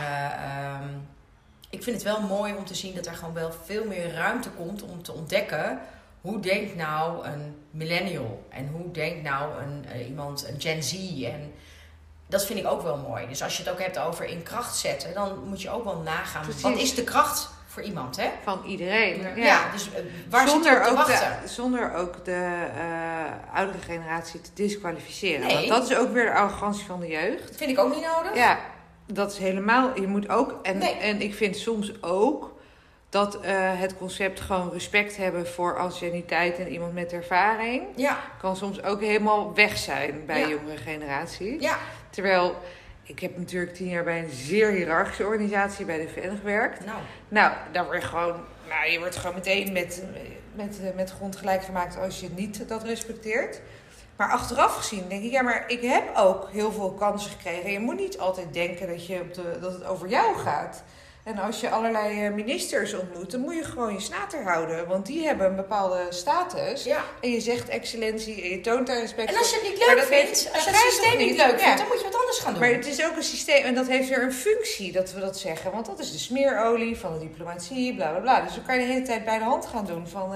ik vind het wel mooi om te zien dat er gewoon wel veel meer ruimte komt om te ontdekken, hoe denkt nou een millennial? En hoe denkt nou een Gen Z? En dat vind ik ook wel mooi. Dus als je het ook hebt over in kracht zetten, dan moet je ook wel nagaan. Precies. Wat is de kracht voor iemand, hè? Van iedereen. Ja, dus waar zit je op te wachten? Zonder ook de oudere generatie te disqualificeren. Nee. Want dat is ook weer de arrogantie van de jeugd. Vind ik ook niet nodig. Ja, dat is helemaal. Je moet ook. En ik vind soms ook dat het concept gewoon respect hebben voor anciëniteit en iemand met ervaring. Ja. Kan soms ook helemaal weg zijn bij jongere generaties. Ja. Terwijl, ik heb natuurlijk 10 jaar bij een zeer hiërarchische organisatie bij de VN gewerkt. Nou, daar word je gewoon. Nou, je wordt gewoon meteen met grond gelijk gemaakt als je niet dat respecteert. Maar achteraf gezien denk ik, maar ik heb ook heel veel kansen gekregen. Je moet niet altijd denken dat het over jou gaat. En als je allerlei ministers ontmoet, dan moet je gewoon je snater houden. Want die hebben een bepaalde status. Ja. En je zegt excellentie en je toont daar respect voor. En als je het niet leuk vindt, als je het systeem niet leuk vindt, dan moet je wat anders gaan doen. Maar het is ook een systeem en dat heeft weer een functie dat we dat zeggen. Want dat is de smeerolie van de diplomatie, bla bla bla. Dus dan kan je de hele tijd bij de hand gaan doen van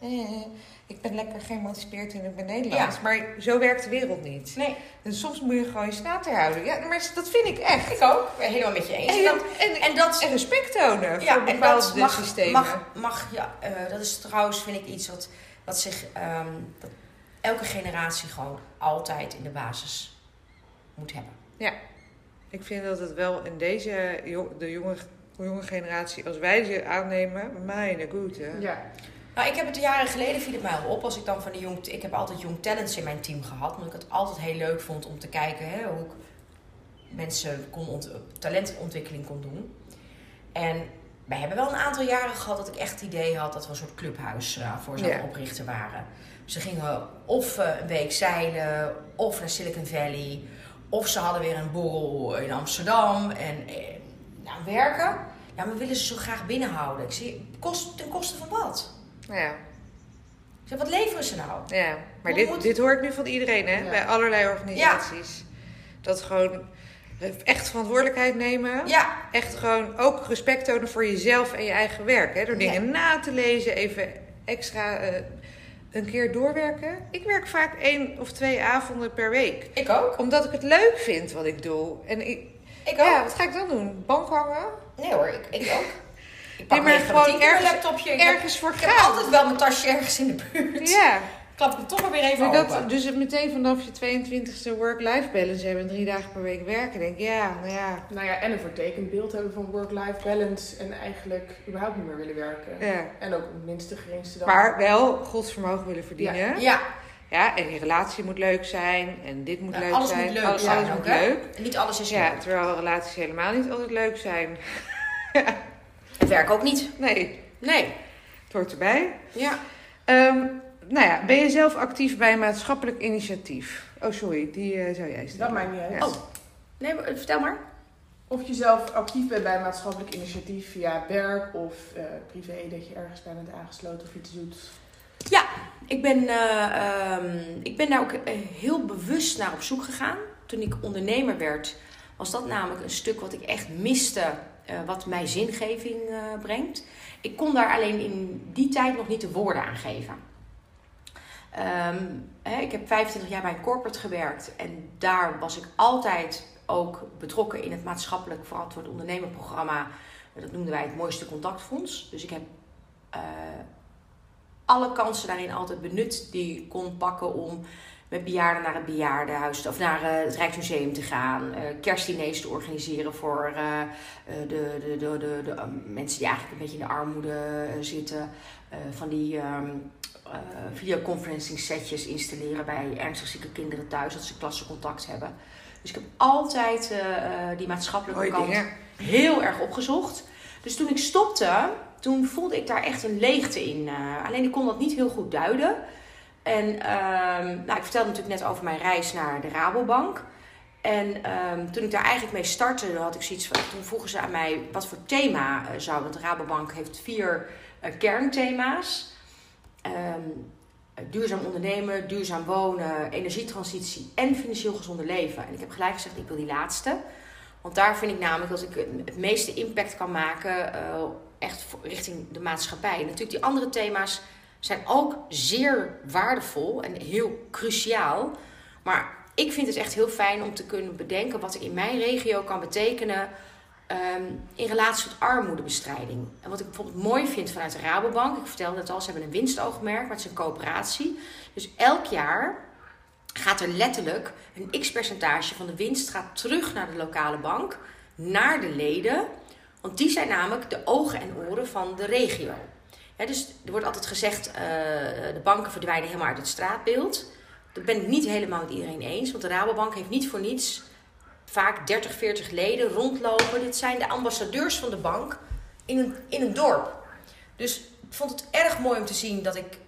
ik ben lekker geëmancipeerd en ik ben Nederlands. Ja. Maar zo werkt de wereld niet. Nee. En soms moet je gewoon je snater houden. Ja, maar dat vind ik echt. Ik ook. Ik ben helemaal met je eens. En respect tonen voor bepaalde systemen. Dat is trouwens, vind ik, iets wat zich dat elke generatie gewoon altijd in de basis moet hebben. Ja. Ik vind dat het wel in de jonge generatie, als wij ze aannemen, mijn goede. Ja. Nou, ik heb het jaren geleden, viel het mij al op, als ik dan van ik heb altijd young talents in mijn team gehad, omdat ik het altijd heel leuk vond om te kijken hoe ik mensen talentontwikkeling kon doen. En wij hebben wel een aantal jaren gehad dat ik echt het idee had dat we een soort clubhuis voor ze oprichten waren. Ze gingen of een week zeilen, of naar Silicon Valley, of ze hadden weer een borrel in Amsterdam en werken. Ja, maar we willen ze zo graag binnenhouden. Ik zie, ten koste van wat? Ja. Ik zeg, wat leveren ze nou? Ja, maar dit hoor ik nu van iedereen, hè? Ja. Bij allerlei organisaties. Dat gewoon echt verantwoordelijkheid nemen. Ja. Echt gewoon ook respect tonen voor jezelf en je eigen werk. Hè? Door dingen na te lezen, even extra een keer doorwerken. Ik werk vaak 1 of 2 avonden per week. Ik ook. Omdat ik het leuk vind wat ik doe. En Ik ja, ook. wat ga ik dan doen? Bank hangen? Nee hoor, ik ook. Ik pak Nee, maar gewoon mijn laptopje. ergens voor Ik heb gaan. altijd wel mijn tasje ergens in de buurt. Ja. Klap ik hem toch maar weer even Maar open. dus het meteen vanaf je 22e work-life balance hebben en 3 dagen per week werken. Denk ik, Nou ja, en een vertekend beeld hebben van work-life balance en eigenlijk überhaupt niet meer willen werken. ja. En ook het minste geringste dan. Maar wel godsvermogen willen verdienen. Ja, Ja, en je relatie moet leuk zijn. En dit moet leuk alles zijn. moet leuk alles zijn alles ook, moet hè? leuk. En niet alles is Ja, leuk. terwijl relaties helemaal niet altijd leuk zijn. Het werk ook niet. Nee, Nee. het hoort erbij. Ja. Nou ja, ben je zelf actief bij een maatschappelijk initiatief? Oh, sorry, die zou jij stellen. Dat maakt niet uit. Ja. Oh. Nee, maar vertel maar. Of je zelf actief bent bij een maatschappelijk initiatief via werk of privé, dat je ergens bij bent aangesloten of iets doet. Ja, ik ben daar ook heel bewust naar op zoek gegaan. Toen ik ondernemer werd, was dat namelijk een stuk wat ik echt miste, wat mij zingeving brengt. Ik kon daar alleen in die tijd nog niet de woorden aan geven. Ik heb 25 jaar bij een corporate gewerkt en daar was ik altijd ook betrokken in het maatschappelijk verantwoord ondernemerprogramma. Dat noemden wij het Mooiste Contactfonds. Dus ik heb alle kansen daarin altijd benut die ik kon pakken om met bejaarden naar het bejaardenhuis of naar het Rijksmuseum te gaan. Kerstdiners te organiseren voor de mensen die eigenlijk een beetje in de armoede zitten. Van die videoconferencing setjes installeren bij ernstig zieke kinderen thuis, dat ze klassencontact hebben. Dus ik heb altijd die maatschappelijke kant heel erg opgezocht. Dus toen ik stopte, toen voelde ik daar echt een leegte in. Alleen ik kon dat niet heel goed duiden. En ik vertelde natuurlijk net over mijn reis naar de Rabobank. En toen ik daar eigenlijk mee startte, had ik zoiets van, toen vroegen ze aan mij wat voor thema zou. Want de Rabobank heeft 4 kernthema's. Duurzaam ondernemen, duurzaam wonen, energietransitie en financieel gezonde leven. En ik heb gelijk gezegd, ik wil die laatste. Want daar vind ik namelijk dat ik het meeste impact kan maken, echt richting de maatschappij. En natuurlijk die andere thema's zijn ook zeer waardevol en heel cruciaal. Maar ik vind het echt heel fijn om te kunnen bedenken wat ik in mijn regio kan betekenen in relatie tot armoedebestrijding. En wat ik bijvoorbeeld mooi vind vanuit de Rabobank, ik vertelde het al, ze hebben een winstoogmerk, maar het is een coöperatie. Dus elk jaar gaat er letterlijk een x-percentage van de winst gaat terug naar de lokale bank, naar de leden. Want die zijn namelijk de ogen en oren van de regio. Ja, dus er wordt altijd gezegd, de banken verdwijnen helemaal uit het straatbeeld. Dat ben ik niet helemaal met iedereen eens. Want de Rabobank heeft niet voor niets vaak 30, 40 leden rondlopen. Dit zijn de ambassadeurs van de bank in een dorp. Dus ik vond het erg mooi om te zien dat ik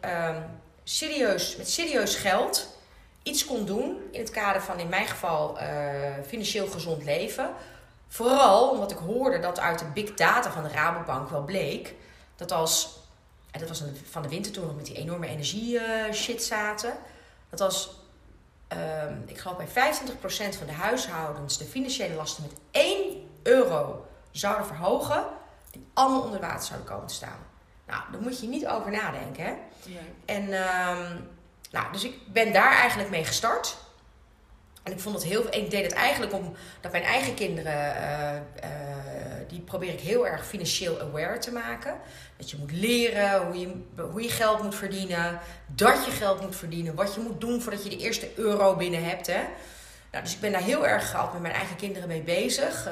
met serieus geld iets kon doen. In het kader van in mijn geval financieel gezond leven. Vooral omdat ik hoorde dat uit de big data van de Rabobank wel bleek dat en dat was van de winter toen we nog met die enorme energie shit zaten. Dat als, ik geloof bij 25% van de huishoudens de financiële lasten met €1 zouden verhogen, die allemaal onder water zouden komen te staan. Nou, daar moet je niet over nadenken, hè? Nee. En dus ik ben daar eigenlijk mee gestart. En ik vond het ik deed het eigenlijk omdat mijn eigen kinderen, die probeer ik heel erg financieel aware te maken. Dat je moet leren hoe je geld moet verdienen, dat je geld moet verdienen, wat je moet doen voordat je de eerste euro binnen hebt. Hè? Nou, dus ik ben daar heel erg altijd met mijn eigen kinderen mee bezig.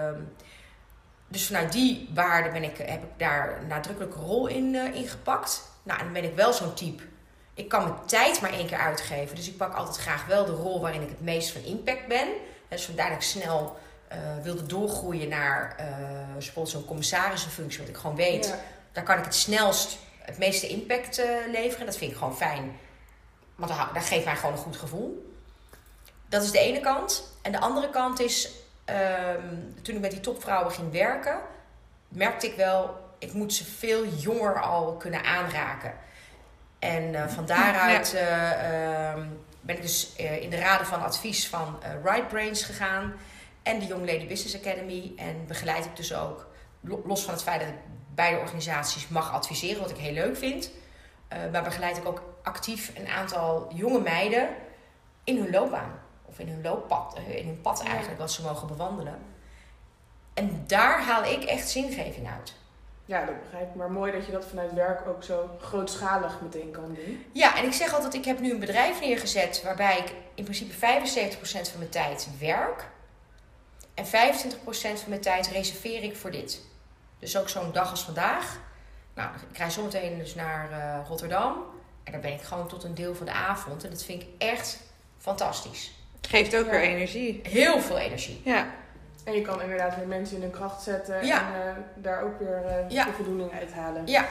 Dus vanuit die waarde heb ik daar een nadrukkelijke rol in gepakt. Nou, en dan ben ik wel zo'n type. Ik kan mijn tijd maar 1 keer uitgeven. Dus ik pak altijd graag wel de rol waarin ik het meest van impact ben. Dus vandaar dat ik snel wilde doorgroeien naar bijvoorbeeld zo'n commissarissenfunctie. Want ik gewoon weet, daar kan ik het snelst het meeste impact leveren. En dat vind ik gewoon fijn. Want dat geeft mij gewoon een goed gevoel. Dat is de ene kant. En de andere kant is, toen ik met die topvrouwen ging werken, merkte ik wel, ik moet ze veel jonger al kunnen aanraken. En van daaruit ben ik dus in de raden van advies van Right Brains gegaan. En de Young Lady Business Academy. En begeleid ik dus ook, los van het feit dat ik beide organisaties mag adviseren, wat ik heel leuk vind. Maar begeleid ik ook actief een aantal jonge meiden in hun loopbaan. Of in hun looppad, in hun pad eigenlijk, wat ze mogen bewandelen. En daar haal ik echt zingeving uit. Ja, dat begrijp ik. Maar mooi dat je dat vanuit werk ook zo grootschalig meteen kan doen. Ja, en ik zeg altijd, ik heb nu een bedrijf neergezet waarbij ik in principe 75% van mijn tijd werk. En 25% van mijn tijd reserveer ik voor dit. Dus ook zo'n dag als vandaag. Nou, ik rij zometeen dus naar Rotterdam. En daar ben ik gewoon tot een deel van de avond. En dat vind ik echt fantastisch. Het geeft ook weer energie. Heel veel energie. Ja. En je kan inderdaad weer mensen in hun kracht zetten en daar ook weer de voldoening uithalen. Ja.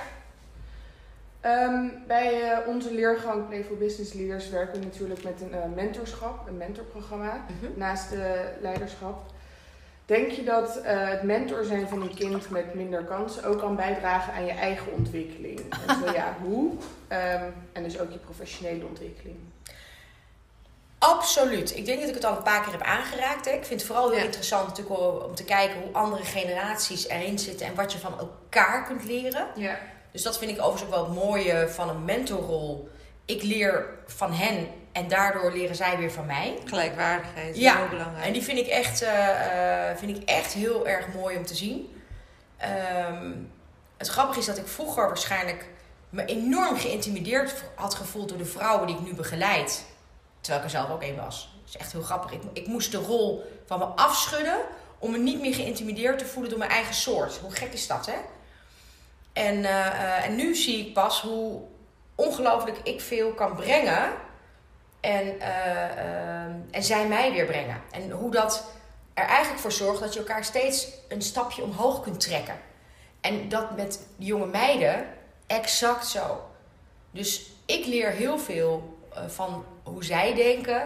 Bij onze leergang Playful Business Leaders werken we natuurlijk met een mentorschap, een mentorprogramma, naast de leiderschap. Denk je dat het mentor zijn van een kind met minder kansen ook kan bijdragen aan je eigen ontwikkeling? En zo ja, hoe? En dus ook je professionele ontwikkeling. Absoluut. Ik denk dat ik het al een paar keer heb aangeraakt. Hè. Ik vind het vooral heel interessant natuurlijk om te kijken hoe andere generaties erin zitten en wat je van elkaar kunt leren. Ja. Dus dat vind ik overigens ook wel het mooie van een mentorrol. Ik leer van hen en daardoor leren zij weer van mij. Gelijkwaardigheid is heel belangrijk. En die vind ik echt heel erg mooi om te zien. Het grappige is dat ik vroeger waarschijnlijk me enorm geïntimideerd had gevoeld door de vrouwen die ik nu begeleid. Terwijl ik er zelf ook een was. Dat is echt heel grappig. Ik moest de rol van me afschudden om me niet meer geïntimideerd te voelen door mijn eigen soort. Hoe gek is dat, hè? En nu zie ik pas hoe ongelooflijk ik veel kan brengen. En zij mij weer brengen. En hoe dat er eigenlijk voor zorgt dat je elkaar steeds een stapje omhoog kunt trekken. En dat met die jonge meiden exact zo. Dus ik leer heel veel van hoe zij denken.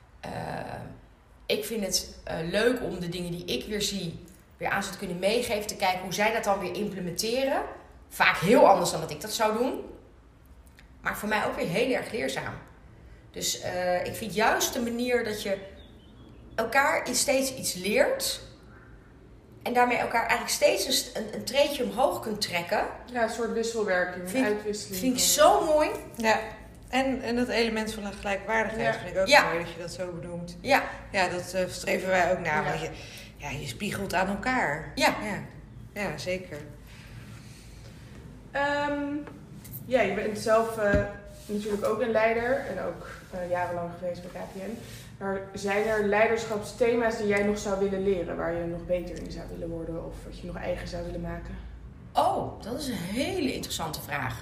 Ik vind het leuk om de dingen die ik weer zie weer aan ze te kunnen meegeven. Te kijken hoe zij dat dan weer implementeren. Vaak heel anders dan dat ik dat zou doen. Maar voor mij ook weer heel erg leerzaam. Dus ik vind juist de manier dat je elkaar steeds iets leert. En daarmee elkaar eigenlijk steeds een treedje omhoog kunt trekken. Ja, een soort wisselwerking, een uitwisseling. Vind ik zo mooi. Ja. En dat element van de gelijkwaardigheid vind ik ook mooi dat je dat zo benoemt. Ja. Ja, dat streven wij ook naar. Want je spiegelt aan elkaar. Ja. Ja, zeker. Je bent zelf natuurlijk ook een leider en ook jarenlang geweest bij KPN. Maar zijn er leiderschapsthema's die jij nog zou willen leren, waar je nog beter in zou willen worden of wat je nog eigen zou willen maken? Oh, dat is een hele interessante vraag.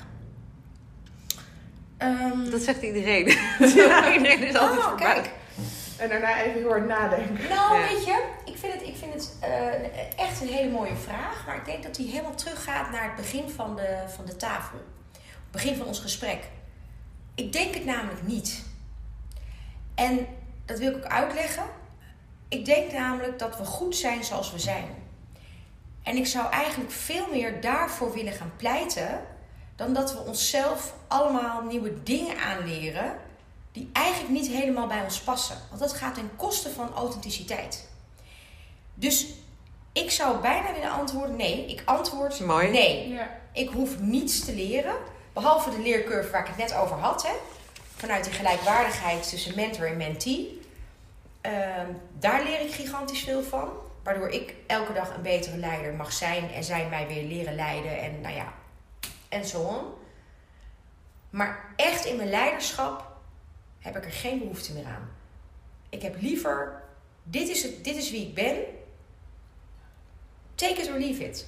Dat zegt iedereen. Iedereen is altijd voorbij. Kijk. En daarna even heel hard nadenken. Nou, weet je, ik vind het echt een hele mooie vraag. Maar ik denk dat die helemaal teruggaat naar het begin van de tafel. Het begin van ons gesprek. Ik denk het namelijk niet. En dat wil ik ook uitleggen. Ik denk namelijk dat we goed zijn zoals we zijn. En ik zou eigenlijk veel meer daarvoor willen gaan pleiten dan dat we onszelf allemaal nieuwe dingen aanleren die eigenlijk niet helemaal bij ons passen. Want dat gaat ten koste van authenticiteit. Dus ik zou bijna willen antwoorden nee. Ik antwoord nee. Ja. Ik hoef niets te leren. Behalve de leercurve waar ik het net over had. Hè, vanuit die gelijkwaardigheid tussen mentor en mentee. Daar leer ik gigantisch veel van. Waardoor ik elke dag een betere leider mag zijn. En zij mij weer leren leiden. En nou ja, en zo on. Maar echt in mijn leiderschap heb ik er geen behoefte meer aan. Ik heb liever, dit is wie ik ben. Take it or leave it.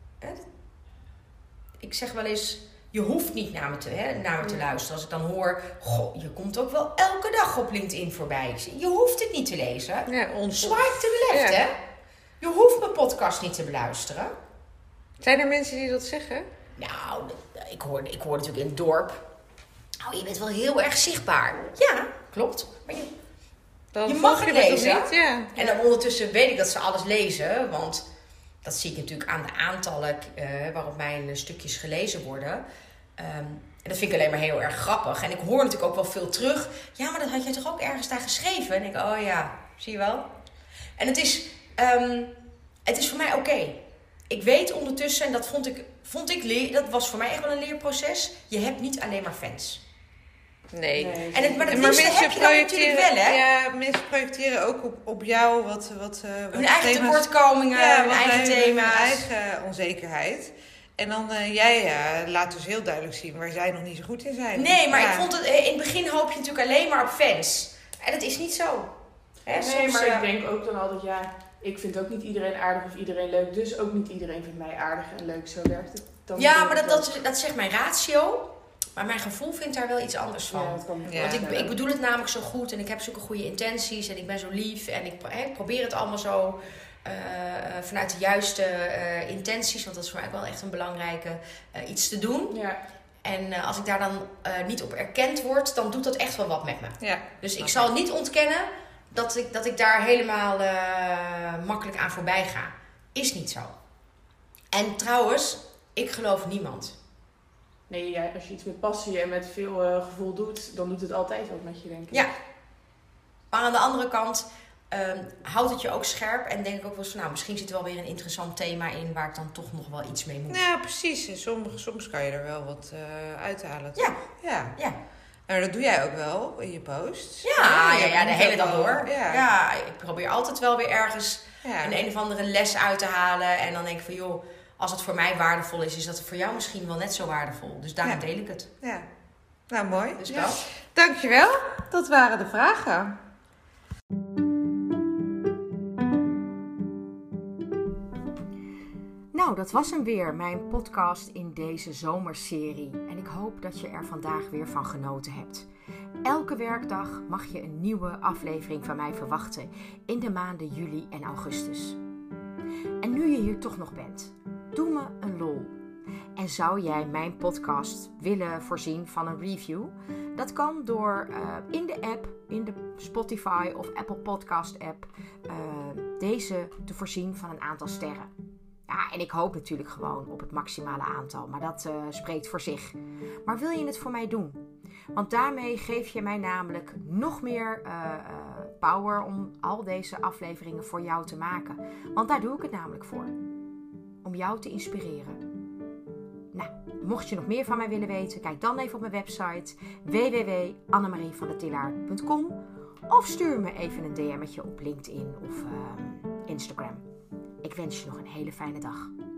Ik zeg wel eens, je hoeft niet naar me te luisteren. Als ik dan hoor, goh, je komt ook wel elke dag op LinkedIn voorbij. Je hoeft het niet te lezen. Ja, Swipe to the left, hè. Je hoeft mijn podcast niet te beluisteren. Zijn er mensen die dat zeggen? Nou, ik hoor natuurlijk in het dorp. Oh, je bent wel heel erg zichtbaar. Ja, klopt. Maar je mag het lezen. Niet, ja. En dan ondertussen weet ik dat ze alles lezen. Want dat zie ik natuurlijk aan de aantallen waarop mijn stukjes gelezen worden. En dat vind ik alleen maar heel erg grappig. En ik hoor natuurlijk ook wel veel terug. Ja, maar dat had jij toch ook ergens daar geschreven? En ik denk, oh ja, zie je wel. En het is voor mij oké. Ik weet ondertussen, en dat dat was voor mij echt wel een leerproces. Je hebt niet alleen maar fans. Nee. Maar dat liefste heb je dan natuurlijk wel, hè? Ja, mensen projecteren ook op jou wat hun eigen tekortkomingen, hun eigen thema's. Hun eigen onzekerheid. En dan jij laat dus heel duidelijk zien waar zij nog niet zo goed in zijn. Nee, maar ik vond het... In het begin hoop je natuurlijk alleen maar op fans. En dat is niet zo. Hè, nee, maar ik denk ook dan altijd, ik vind ook niet iedereen aardig of iedereen leuk. Dus ook niet iedereen vindt mij aardig en leuk. Zo werkt het. Dan Maar dat zegt mijn ratio. Maar mijn gevoel vindt daar wel iets anders van. Ja, dat kan Want ik bedoel het namelijk zo goed. En ik heb zulke goede intenties. En ik ben zo lief. En ik probeer het allemaal zo... vanuit de juiste intenties. Want dat is voor mij ook wel echt een belangrijke iets te doen. Ja. En als ik daar dan niet op erkend word, dan doet dat echt wel wat met me. Ja. Dus ik zal niet ontkennen dat ik daar helemaal makkelijk aan voorbij ga. Is niet zo. En trouwens, ik geloof niemand. Nee, als je iets met passie en met veel gevoel doet, dan doet het altijd wat met je, denk ik. Ja. Maar aan de andere kant houdt het je ook scherp. En denk ik ook wel eens van, misschien zit er wel weer een interessant thema in waar ik dan toch nog wel iets mee moet. Ja, precies. En soms kan je er wel wat uithalen. Ja. Ja. Nou, dat doe jij ook wel in je posts. Ja, de hele dag door. Ja, ik probeer altijd wel weer ergens een of andere les uit te halen. En dan denk ik van, joh, als het voor mij waardevol is, is dat voor jou misschien wel net zo waardevol. Dus daarom deel ik het. Ja. Nou, mooi. Dus wel. Dankjewel. Dat waren de vragen. Nou, dat was hem weer, mijn podcast in deze zomerserie. En ik hoop dat je er vandaag weer van genoten hebt. Elke werkdag mag je een nieuwe aflevering van mij verwachten in de maanden juli en augustus. En nu je hier toch nog bent, doe me een lol. En zou jij mijn podcast willen voorzien van een review? Dat kan door in de app, in de Spotify of Apple Podcast app, deze te voorzien van een aantal sterren. Ja, en ik hoop natuurlijk gewoon op het maximale aantal, maar dat spreekt voor zich. Maar wil je het voor mij doen? Want daarmee geef je mij namelijk nog meer power om al deze afleveringen voor jou te maken. Want daar doe ik het namelijk voor. Om jou te inspireren. Nou, mocht je nog meer van mij willen weten, kijk dan even op mijn website www.annemarievandetillaar.com of stuur me even een DM'tje op LinkedIn of Instagram. Ik wens je nog een hele fijne dag.